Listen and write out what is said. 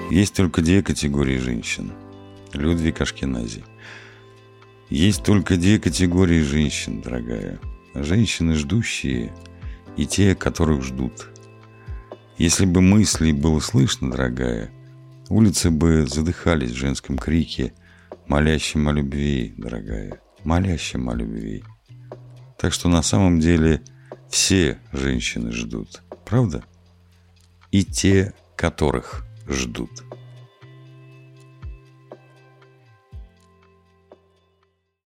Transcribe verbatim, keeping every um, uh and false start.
Есть только две категории женщин. Людвиг Ашкенази. Есть только две категории женщин, дорогая. Женщины ждущие и те, которых ждут. Если бы мыслей было слышно, дорогая, улицы бы задыхались в женском крике, молящем о любви, дорогая, молящем о любви. Так что на самом деле все женщины ждут, правда? И те, которых ждут.